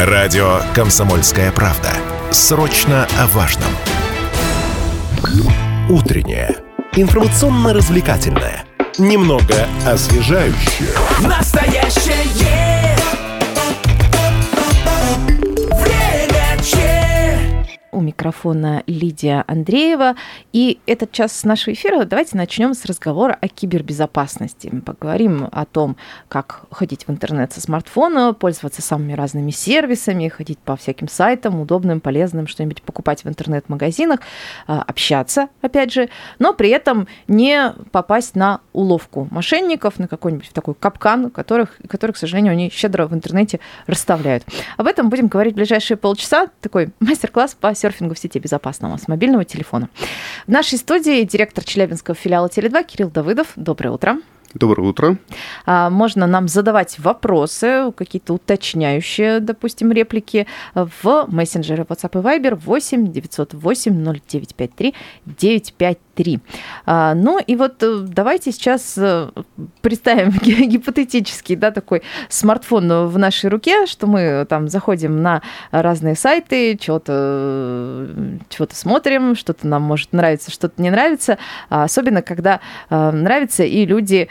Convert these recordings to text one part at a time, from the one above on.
Радио «Комсомольская правда». Срочно о важном. Утреннее. Информационно-развлекательное. Немного освежающее. Настоящее время че. У микрофона Лидия Андреева. И этот час нашего эфира давайте начнем с разговора о кибербезопасности. Мы поговорим о том, как ходить в интернет со смартфона, пользоваться самыми разными сервисами, ходить по всяким сайтам, удобным, полезным, что-нибудь покупать в интернет-магазинах, общаться, опять же, но при этом не попасть на уловку мошенников, на какой-нибудь такой капкан, который, к сожалению, они щедро в интернете расставляют. Об этом будем говорить в ближайшие полчаса. Такой мастер-класс по серфингу в сети безопасного с мобильного телефона. В нашей студии директор челябинского филиала Теле2 Кирилл Давыдов. Доброе утро. Доброе утро. Можно нам задавать вопросы, какие-то уточняющие, допустим, реплики в мессенджеры WhatsApp и Viber 8 908 0953 953. Ну и вот давайте сейчас представим гипотетический, да, такой смартфон в нашей руке, что мы там заходим на разные сайты, чего-то смотрим, что-то нам может нравиться, что-то не нравится, особенно когда нравится и люди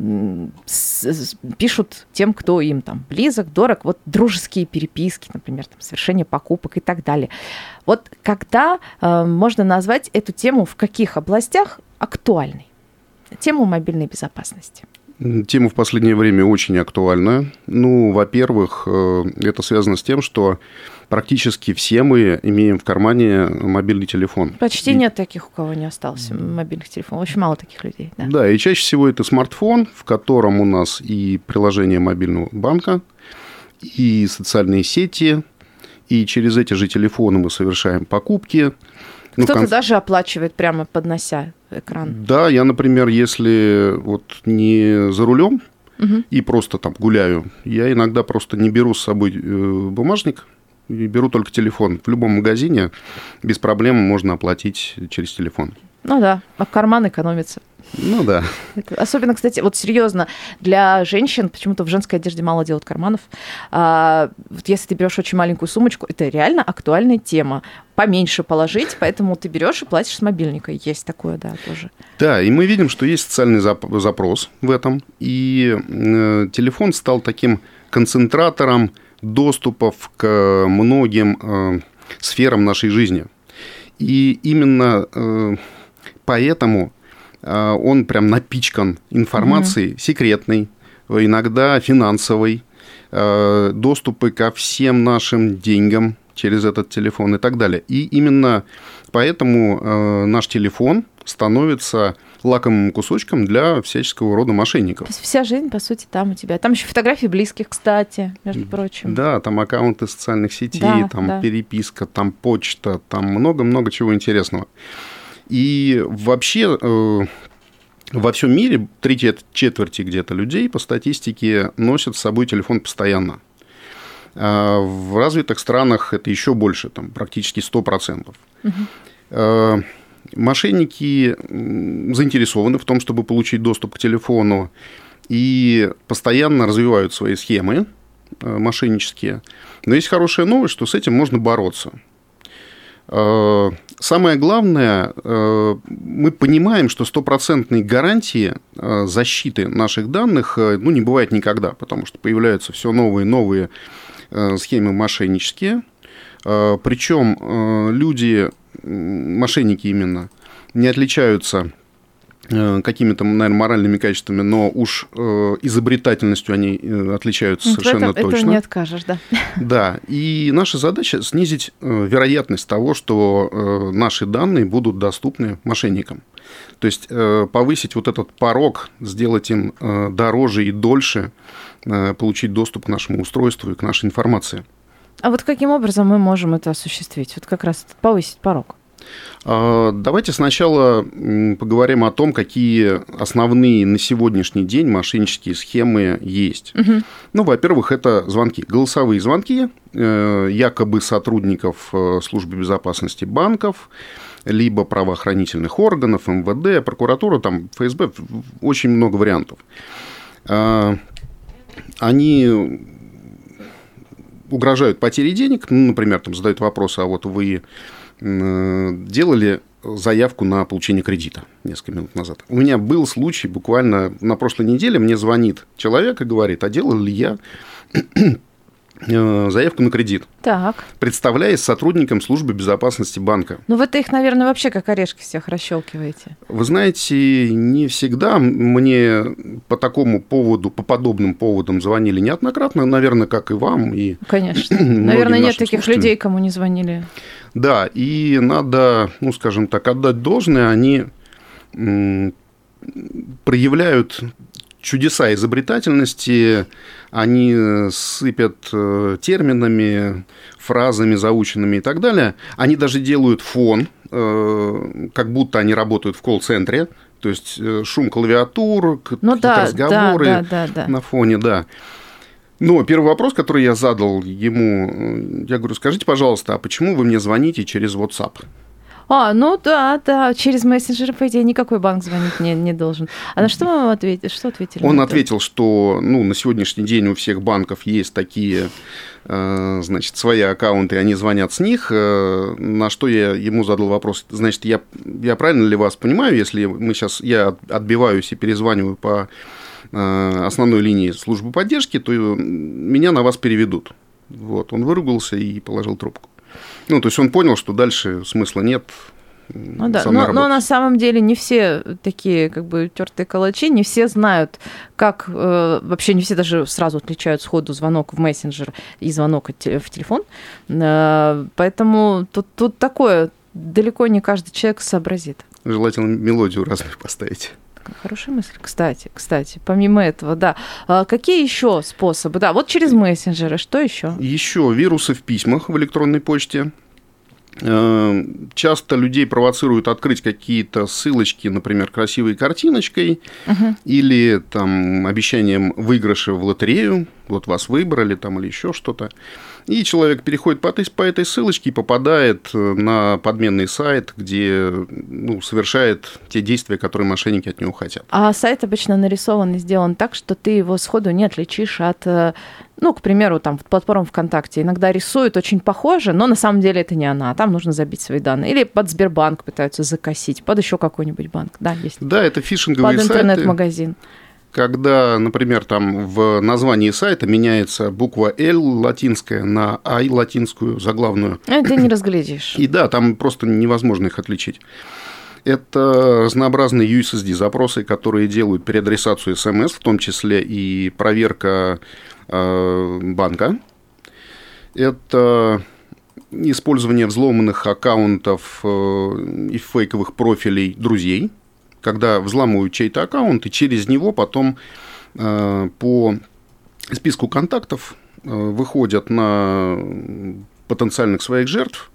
пишут тем, кто им там близок, дорог, вот дружеские переписки, например, там, совершение покупок и так далее. Вот когда можно назвать эту тему в каких областях актуальной? Тему мобильной безопасности. Тема в последнее время очень актуальна. Ну, во-первых, это связано с тем, что практически все мы имеем в кармане мобильный телефон. Почти нет таких, у кого не осталось мобильных телефонов. Очень мало таких людей. Да. Да, и чаще всего это смартфон, в котором у нас и приложение мобильного банка, и социальные сети, и через эти же телефоны мы совершаем покупки. Кто-то даже оплачивает, прямо поднося экран. Да, я, например, если вот не за рулем и просто там гуляю, я иногда просто не беру с собой бумажник, и беру только телефон. В любом магазине без проблем можно оплатить через телефон. Ну да, а карман экономится. Ну да. Особенно, кстати, вот серьезно, для женщин почему-то в женской одежде мало делают карманов. Вот если ты берешь очень маленькую сумочку, это реально актуальная тема. Поменьше положить, поэтому ты берешь и платишь с мобильника. Есть такое, да, тоже. Да, и мы видим, что есть социальный запрос в этом. И телефон стал таким концентратором доступов к многим сферам нашей жизни. И именно поэтому он прям напичкан информацией секретной, иногда финансовой, доступы ко всем нашим деньгам через этот телефон и так далее. И именно поэтому наш телефон становится лакомым кусочком для всяческого рода мошенников. То есть вся жизнь, по сути, там у тебя. Там еще фотографии близких, кстати, между прочим. Да, там аккаунты социальных сетей, там переписка, там почта, там много-много чего интересного. И вообще во всем мире 3/4 где-то людей по статистике носят с собой телефон постоянно. В развитых странах это еще больше, там практически 100%. Мошенники заинтересованы в том, чтобы получить доступ к телефону, и постоянно развивают свои схемы мошеннические. Но есть хорошая новость, что с этим можно бороться. Самое главное, мы понимаем, что 100% гарантии защиты наших данных не бывает никогда, потому что появляются все новые и новые схемы мошеннические. Причем люди, мошенники именно, не отличаются какими-то, наверное, моральными качествами, но уж изобретательностью они отличаются совершенно точно. Это не откажешь, да. Да, и наша задача снизить вероятность того, что наши данные будут доступны мошенникам. То есть повысить вот этот порог, сделать им дороже и дольше получить доступ к нашему устройству и к нашей информации. А вот каким образом мы можем это осуществить? Вот как раз повысить порог. Давайте сначала поговорим о том, какие основные на сегодняшний день мошеннические схемы есть. Ну, во-первых, это звонки, голосовые звонки, якобы сотрудников службы безопасности банков, либо правоохранительных органов, МВД, прокуратура, там, ФСБ, очень много вариантов. Они угрожают потерей денег, ну, например, там задают вопрос, а вот вы делали заявку на получение кредита несколько минут назад. У меня был случай, буквально на прошлой неделе мне звонит человек и говорит, а делал ли я заявку на кредит, Так. представляясь сотрудником службы безопасности банка. Ну, вы-то их, наверное, вообще как орешки всех расщелкиваете. Вы знаете, не всегда мне по такому поводу, по подобным поводам звонили неоднократно, наверное, как и вам. И Конечно. многим Наверное, нет нашим таких слушателям. людей, кому не звонили. Да, и надо, ну, скажем так, отдать должное, они проявляют чудеса изобретательности, они сыпят терминами, фразами заученными и так далее. Они даже делают фон, как будто они работают в колл-центре, то есть шум клавиатур, какие-то разговоры на фоне, да. Но первый вопрос, который я задал ему, я говорю, скажите, пожалуйста, а почему вы мне звоните через WhatsApp? Ну да, через мессенджеры, по идее, никакой банк звонить не должен. А на что вы ответили? Что ответили? Он ответил, что на сегодняшний день у всех банков есть такие, значит, свои аккаунты, они звонят с них, на что я ему задал вопрос, значит, я правильно ли вас понимаю, если я отбиваюсь и перезваниваю по основной линии службы поддержки, то меня на вас переведут. Вот, он выругался и положил трубку. То есть он понял, что дальше смысла нет. Но на самом деле не все такие как бы тертые калачи, не все знают, как вообще не все даже сразу отличают сходу звонок в мессенджер и звонок в телефон. Поэтому тут такое, далеко не каждый человек сообразит. Желательно мелодию разную поставить. Хорошая мысль, кстати. Помимо этого, да. Какие еще способы? Да, вот через мессенджеры. Что еще? Еще вирусы в письмах в электронной почте. Часто людей провоцируют открыть какие-то ссылочки, например, красивой картиночкой или там обещанием выигрыша в лотерею. Вот вас выбрали там или еще что-то. И человек переходит по этой ссылочке и попадает на подменный сайт, где совершает те действия, которые мошенники от него хотят. А сайт обычно нарисован и сделан так, что ты его сходу не отличишь от, к примеру, там, платформ ВКонтакте. Иногда рисуют очень похоже, но на самом деле это не она. Там нужно забить свои данные. Или под Сбербанк пытаются закосить, под еще какой-нибудь банк. Да, есть. Да, это фишинговые сайты. Под интернет-магазин. Когда, например, там в названии сайта меняется буква «Л» латинская на «I» латинскую заглавную. Это не разглядишь. И да, там просто невозможно их отличить. Это разнообразные USSD-запросы, которые делают переадресацию СМС, в том числе и проверка банка. Это использование взломанных аккаунтов и фейковых профилей друзей, когда взламывают чей-то аккаунт, и через него потом по списку контактов выходят на потенциальных своих жертв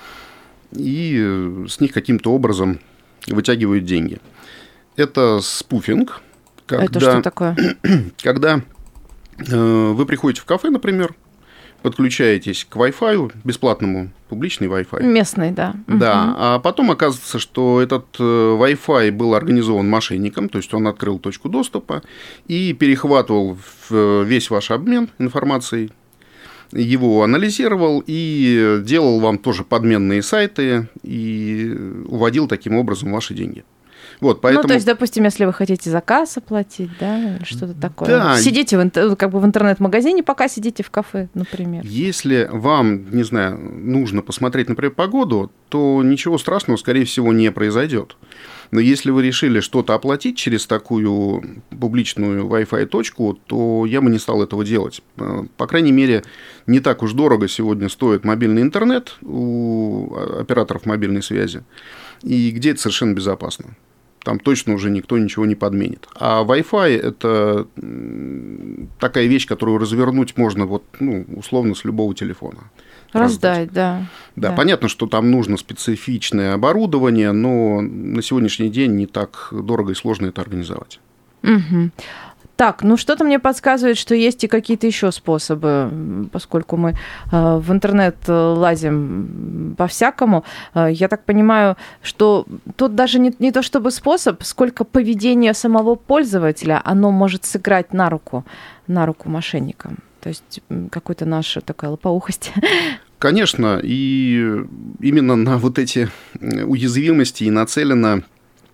и с них каким-то образом вытягивают деньги. Это спуфинг. Это что такое? Когда вы приходите в кафе, например, подключаетесь к Wi-Fi, бесплатному, публичный Wi-Fi. Местный, да. Да, а потом оказывается, что этот Wi-Fi был организован мошенником, то есть он открыл точку доступа и перехватывал весь ваш обмен информацией, его анализировал и делал вам тоже подменные сайты и уводил таким образом ваши деньги. Вот, поэтому... то есть, допустим, если вы хотите заказ оплатить, да, или что-то такое. Да. Сидите в интернет-магазине, пока сидите в кафе, например. Если вам, не знаю, нужно посмотреть, например, погоду, то ничего страшного, скорее всего, не произойдет. Но если вы решили что-то оплатить через такую публичную Wi-Fi точку, то я бы не стал этого делать. По крайней мере, не так уж дорого сегодня стоит мобильный интернет у операторов мобильной связи, и где это совершенно безопасно. Там точно уже никто ничего не подменит. А Wi-Fi – это такая вещь, которую развернуть можно условно с любого телефона. Раздать, да. Да, понятно, что там нужно специфичное оборудование, но на сегодняшний день не так дорого и сложно это организовать. Угу. Так, что-то мне подсказывает, что есть и какие-то еще способы, поскольку мы в интернет лазим по-всякому. Я так понимаю, что тут даже не то чтобы способ, сколько поведение самого пользователя, оно может сыграть на руку мошенникам. То есть какая-то наша такая лопоухость. Конечно, и именно на вот эти уязвимости и нацелена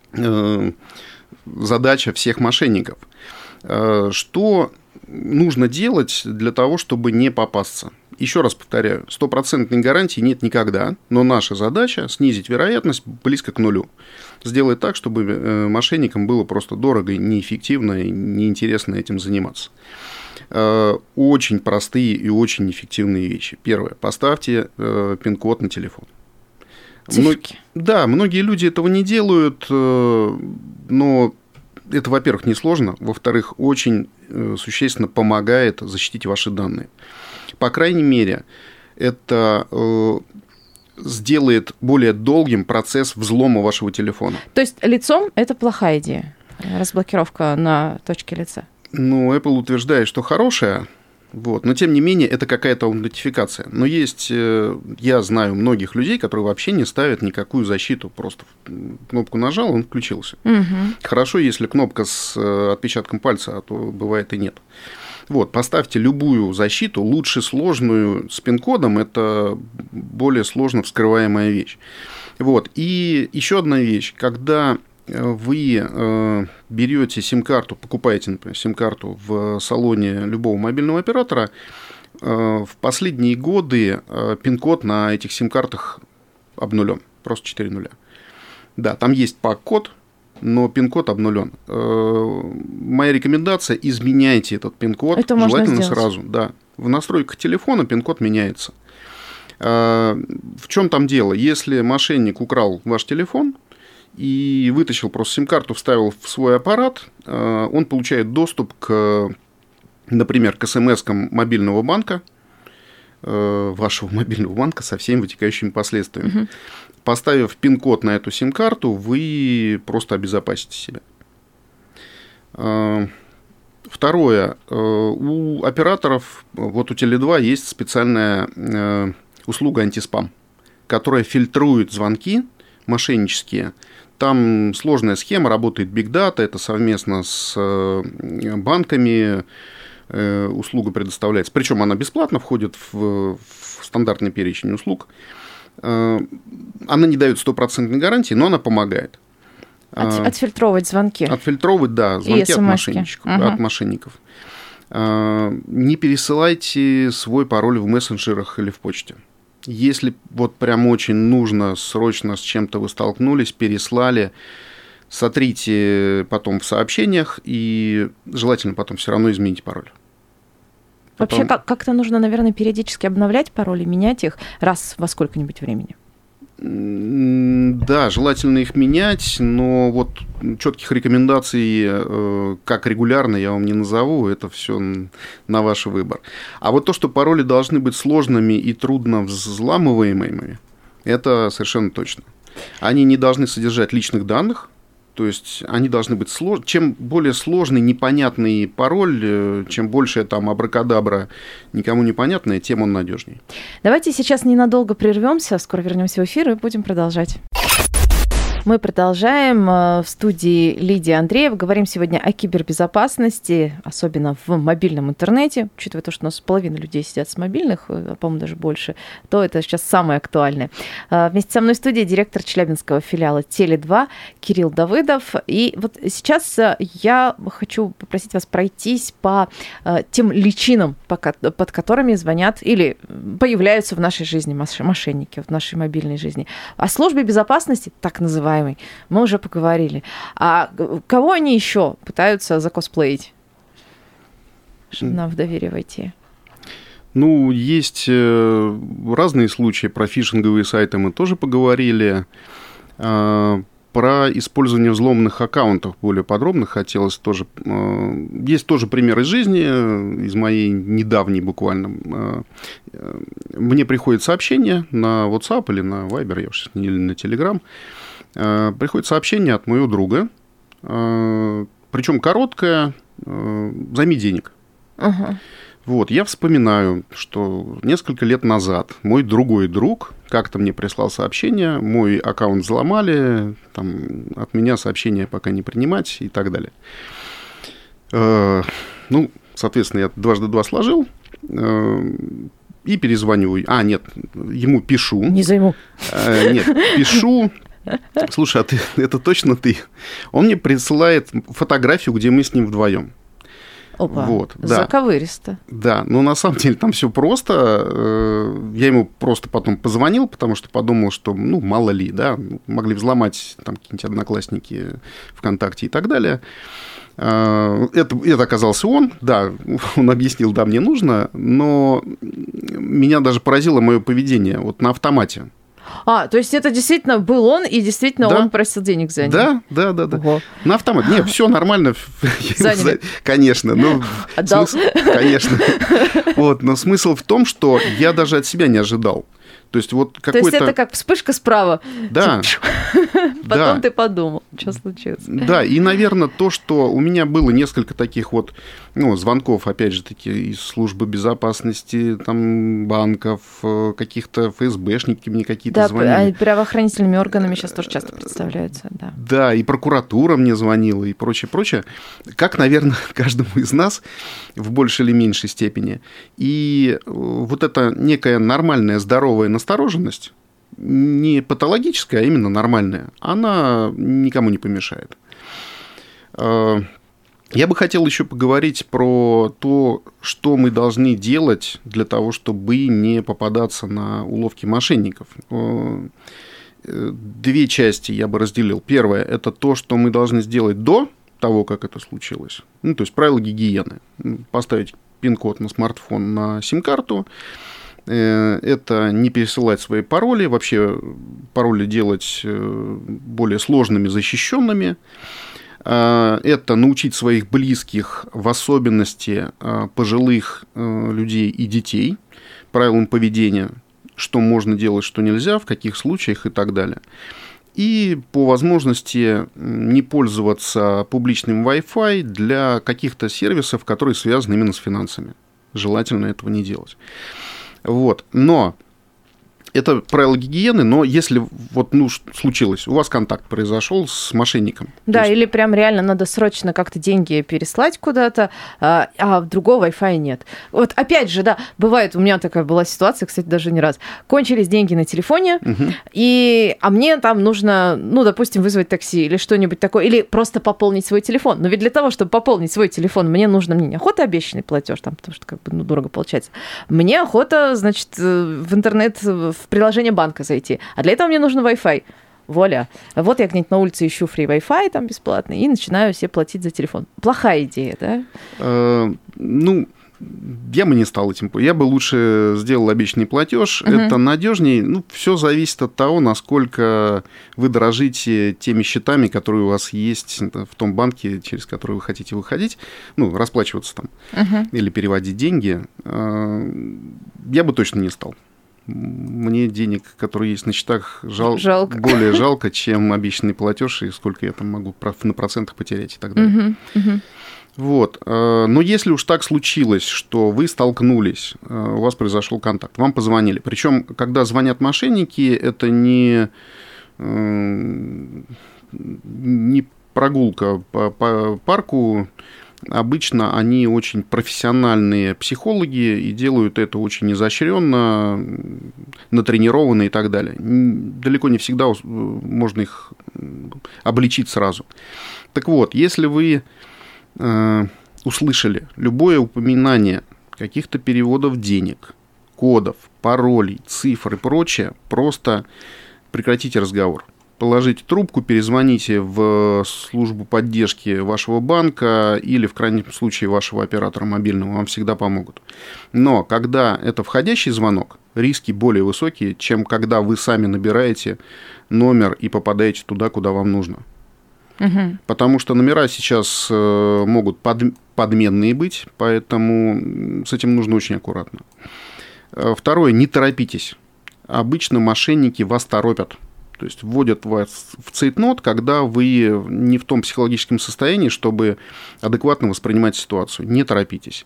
задача всех мошенников. Что нужно делать для того, чтобы не попасться? Еще раз повторяю, 100% гарантии нет никогда, но наша задача снизить вероятность близко к нулю. Сделать так, чтобы мошенникам было просто дорого, неэффективно и неинтересно этим заниматься. Очень простые и очень эффективные вещи. Первое. Поставьте пин-код на телефон. Да, многие люди этого не делают, но это, во-первых, несложно, во-вторых, очень существенно помогает защитить ваши данные. По крайней мере, это сделает более долгим процесс взлома вашего телефона. То есть лицом это плохая идея, разблокировка на точке лица? Ну, Apple утверждает, что хорошая, вот, но тем не менее это какая-то аутентификация. Но есть, я знаю многих людей, которые вообще не ставят никакую защиту, просто кнопку нажал, он включился. Угу. Хорошо, если кнопка с отпечатком пальца, а то бывает и нет. Вот, поставьте любую защиту, лучше сложную с пин-кодом, это более сложно вскрываемая вещь. Вот, и еще одна вещь, когда вы берете сим-карту, покупаете, например, сим-карту в салоне любого мобильного оператора, в последние годы пин-код на этих сим-картах обнулен, просто 4 нуля. Да, там есть пак-код, но пин-код обнулен. Моя рекомендация – изменяйте этот пин-код, это желательно сразу. Да. В настройках телефона пин-код меняется. В чем там дело? Если мошенник украл ваш телефон и вытащил просто сим-карту, вставил в свой аппарат, он получает доступ к, например, к смс-кам мобильного банка, вашего мобильного банка со всеми вытекающими последствиями. Угу. Поставив пин-код на эту сим-карту, вы просто обезопасите себя. Второе. У операторов, вот у Теле2 есть специальная услуга антиспам, которая фильтрует звонки мошеннические. Там сложная схема, работает Big Data, это совместно с банками услуга предоставляется. Причем она бесплатно входит в стандартный перечень услуг. Она не дает 100% гарантии, но она помогает. Отфильтровывать звонки. Отфильтровывать, да, звонки от мошенников. Не пересылайте свой пароль в мессенджерах или в почте. Если вот прям очень нужно, срочно с чем-то вы столкнулись, переслали, сотрите потом в сообщениях и желательно потом все равно измените пароль. Вообще как-то нужно, наверное, периодически обновлять пароли, менять их раз во сколько-нибудь времени. Да, желательно их менять, но вот четких рекомендаций, как регулярно, я вам не назову, это все на ваш выбор. А вот то, что пароли должны быть сложными и трудно взламываемыми, это совершенно точно. Они не должны содержать личных данных, то есть они должны быть сложны. Чем более сложный, непонятный пароль, чем больше там абракадабра, никому непонятное, тем он надежнее. Давайте сейчас ненадолго прервемся, скоро вернемся в эфир и будем продолжать. Мы продолжаем. В студии Лидия Андреева. Говорим сегодня о кибербезопасности, особенно в мобильном интернете. Учитывая то, что у нас половина людей сидят с мобильных, по-моему, даже больше, то это сейчас самое актуальное. Вместе со мной в студии директор челябинского филиала Теле2 Кирилл Давыдов. И вот сейчас я хочу попросить вас пройтись по тем личинам, под которыми звонят или появляются в нашей жизни мошенники, в нашей мобильной жизни. О службе безопасности, так называемой, мы уже поговорили. А кого они еще пытаются закосплеить, чтобы нам в доверие войти? Ну, есть разные случаи. Про фишинговые сайты мы тоже поговорили. Про использование взломанных аккаунтов более подробно хотелось тоже. Есть тоже пример из жизни, из моей недавней буквально. Мне приходит сообщение на WhatsApp или на Viber, я уж или на Telegram. Приходит сообщение от моего друга, причем короткое, займи денег. Uh-huh. Вот, я вспоминаю, что несколько лет назад мой другой друг как-то мне прислал сообщение, мой аккаунт взломали, там, от меня сообщения пока не принимать и так далее. Ну, соответственно, я 2 + 2 сложил, и перезваниваю. Нет, ему пишу. Не займу. Нет, пишу. Слушай, это точно ты? Он мне присылает фотографию, где мы с ним вдвоем. Опа, вот, да. Заковыристо. Да, но на самом деле там все просто. Я ему просто потом позвонил, потому что подумал, что, мало ли, да, могли взломать там какие-нибудь одноклассники ВКонтакте и так далее. Это оказался он, да, он объяснил, да, мне нужно, но меня даже поразило мое поведение вот на автомате. То есть это действительно был он, и действительно он просил денег за него? Да. Ого. На автомат. Нет, все нормально. Заняли? Конечно. Отдал? Конечно. Вот, но смысл в том, что я даже от себя не ожидал. То есть вот какой-то... То есть это как вспышка справа. Да. Потом ты подумал, что случилось. Да, и, наверное, то, что у меня было несколько таких вот звонков, опять же таки, из службы безопасности, там, банков, каких-то ФСБшники мне какие-то звонили. Да, правоохранительными органами сейчас тоже часто представляются, да. Да, и прокуратура мне звонила, и прочее. Как, наверное, каждому из нас в большей или меньшей степени. И вот эта некая нормальная, здоровая настороженность, не патологическая, а именно нормальная, она никому не помешает. Я бы хотел еще поговорить про то, что мы должны делать для того, чтобы не попадаться на уловки мошенников. Две части я бы разделил. Первое – это то, что мы должны сделать до того, как это случилось. То есть правила гигиены. Поставить пин-код на смартфон, на сим-карту. Это не пересылать свои пароли, вообще пароли делать более сложными, защищенными. Это научить своих близких, в особенности пожилых людей и детей, правилам поведения, что можно делать, что нельзя, в каких случаях и так далее. И по возможности не пользоваться публичным Wi-Fi для каких-то сервисов, которые связаны именно с финансами. Желательно этого не делать. Вот. Но это правило гигиены, но если вот, случилось, у вас контакт произошел с мошенником. Да, или прям реально надо срочно как-то деньги переслать куда-то, а другого Wi-Fi нет. Вот опять же, да, бывает, у меня такая была ситуация, кстати, даже не раз. Кончились деньги на телефоне, а мне там нужно, допустим, вызвать такси или что-нибудь такое, или просто пополнить свой телефон. Но ведь для того, чтобы пополнить свой телефон, мне не охота обещанный платеж, там, потому что дорого получается. Мне охота, значит, в интернет, в приложение банка зайти. А для этого мне нужен Wi-Fi. Вуаля. Вот я где-нибудь на улице ищу free Wi-Fi там бесплатный и начинаю себе платить за телефон. Плохая идея, да? Я бы не стал этим. Я бы лучше сделал обещанный платеж. Это надежнее. Все зависит от того, насколько вы дорожите теми счетами, которые у вас есть в том банке, через который вы хотите выходить, расплачиваться там или переводить деньги. Я бы точно не стал. Мне денег, которые есть на счетах, жалко. Более жалко, чем обещанный платеж, и сколько я там могу на процентах потерять и так далее. Вот. Но если уж так случилось, что вы столкнулись, у вас произошел контакт, вам позвонили. Причем, когда звонят мошенники, это не прогулка по парку. Обычно они очень профессиональные психологи и делают это очень изощренно, натренированно и так далее. Далеко не всегда можно их обличить сразу. Так вот, если вы услышали любое упоминание каких-то переводов денег, кодов, паролей, цифр и прочее, просто прекратите разговор. Положите трубку, перезвоните в службу поддержки вашего банка или, в крайнем случае, вашего оператора мобильного, вам всегда помогут. Но когда это входящий звонок, риски более высокие, чем когда вы сами набираете номер и попадаете туда, куда вам нужно. Потому что номера сейчас могут подменные быть, поэтому с этим нужно очень аккуратно. Второе, не торопитесь. Обычно мошенники вас торопят. То есть вводят вас в цейтнот, когда вы не в том психологическом состоянии, чтобы адекватно воспринимать ситуацию. Не торопитесь.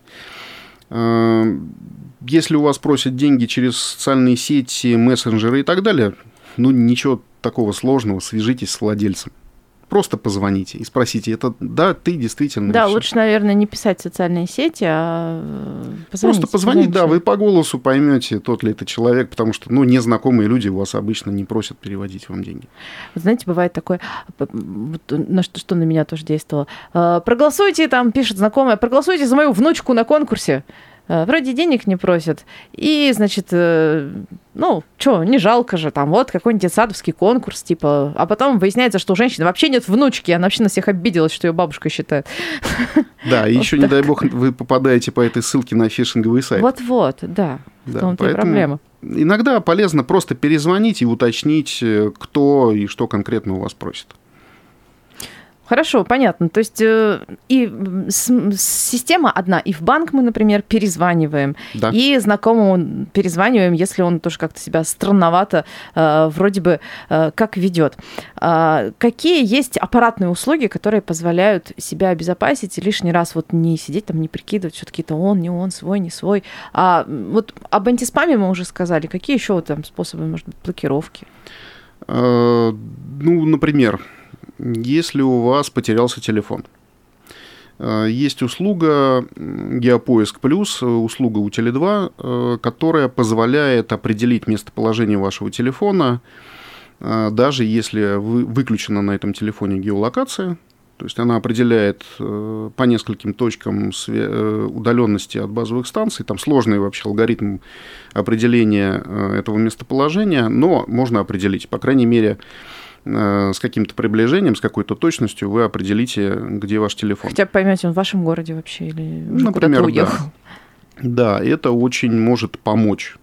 Если у вас просят деньги через социальные сети, мессенджеры и так далее, ничего такого сложного, свяжитесь с владельцем. просто позвоните и спросите, это да, ты действительно... Да, всё. лучше, наверное, не писать в социальные сети, а позвонить. Просто позвонить, да, вы по голосу поймете, тот ли это человек, потому что, незнакомые люди у вас обычно не просят переводить вам деньги. Вы знаете, бывает такое, что на меня тоже действовало. Проголосуйте, там пишет знакомая, проголосуйте за мою внучку на конкурсе. Вроде денег не просят. И, значит, не жалко же, там вот какой-нибудь детсадовский конкурс, типа. А потом выясняется, что у женщины вообще нет внучки, она вообще на всех обиделась, что ее бабушка считает. Да, и еще, не дай бог, вы попадаете по этой ссылке на фишинговый сайт. Вот-вот, да. В том-то и проблема. Иногда полезно просто перезвонить и уточнить, кто и что конкретно у вас просит. Хорошо, понятно. То есть и система одна. И в банк мы, например, перезваниваем. Да. И знакомому перезваниваем, если он тоже как-то себя странновато вроде бы как ведет. Какие есть аппаратные услуги, которые позволяют себя обезопасить и лишний раз вот не сидеть там, не прикидывать, что какие-то он, не он, свой, не свой. А вот об антиспаме мы уже сказали. Какие еще там способы, может быть, блокировки? Например, если у вас потерялся телефон. Есть услуга Геопоиск Плюс, услуга у Теле2, которая позволяет определить местоположение вашего телефона, даже если выключена на этом телефоне геолокация. То есть она определяет по нескольким точкам удаленности от базовых станций. Там сложный вообще алгоритм определения этого местоположения, но можно определить, по крайней мере, с каким-то приближением, с какой-то точностью вы определите, где ваш телефон. Хотя бы поймете, он в вашем городе вообще или например, куда-то уехал. Да, это очень может помочь.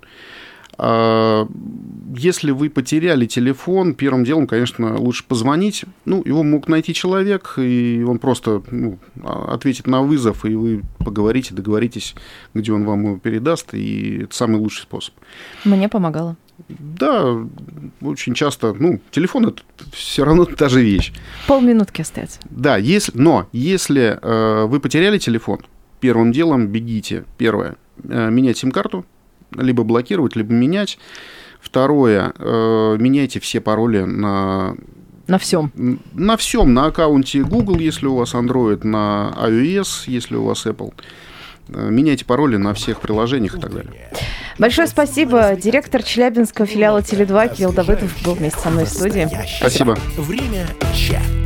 Если вы потеряли телефон, первым делом, конечно, лучше позвонить. Его мог найти человек, и он просто ответит на вызов, и вы поговорите, договоритесь, где он вам его передаст, и это самый лучший способ. Мне помогало. Да, очень часто, телефон – это все равно та же вещь. Полминутки остается. Да, если вы потеряли телефон, первым делом бегите. Первое – менять сим-карту, либо блокировать, либо менять. Второе – меняйте все пароли на всем. На всем, на аккаунте Google, если у вас Android, на iOS, если у вас Apple. Меняйте пароли на всех приложениях и так далее. Большое спасибо. Директор Челябинского филиала Теле2 Кирилл Давыдов был вместе со мной в студии. Спасибо. Время чат.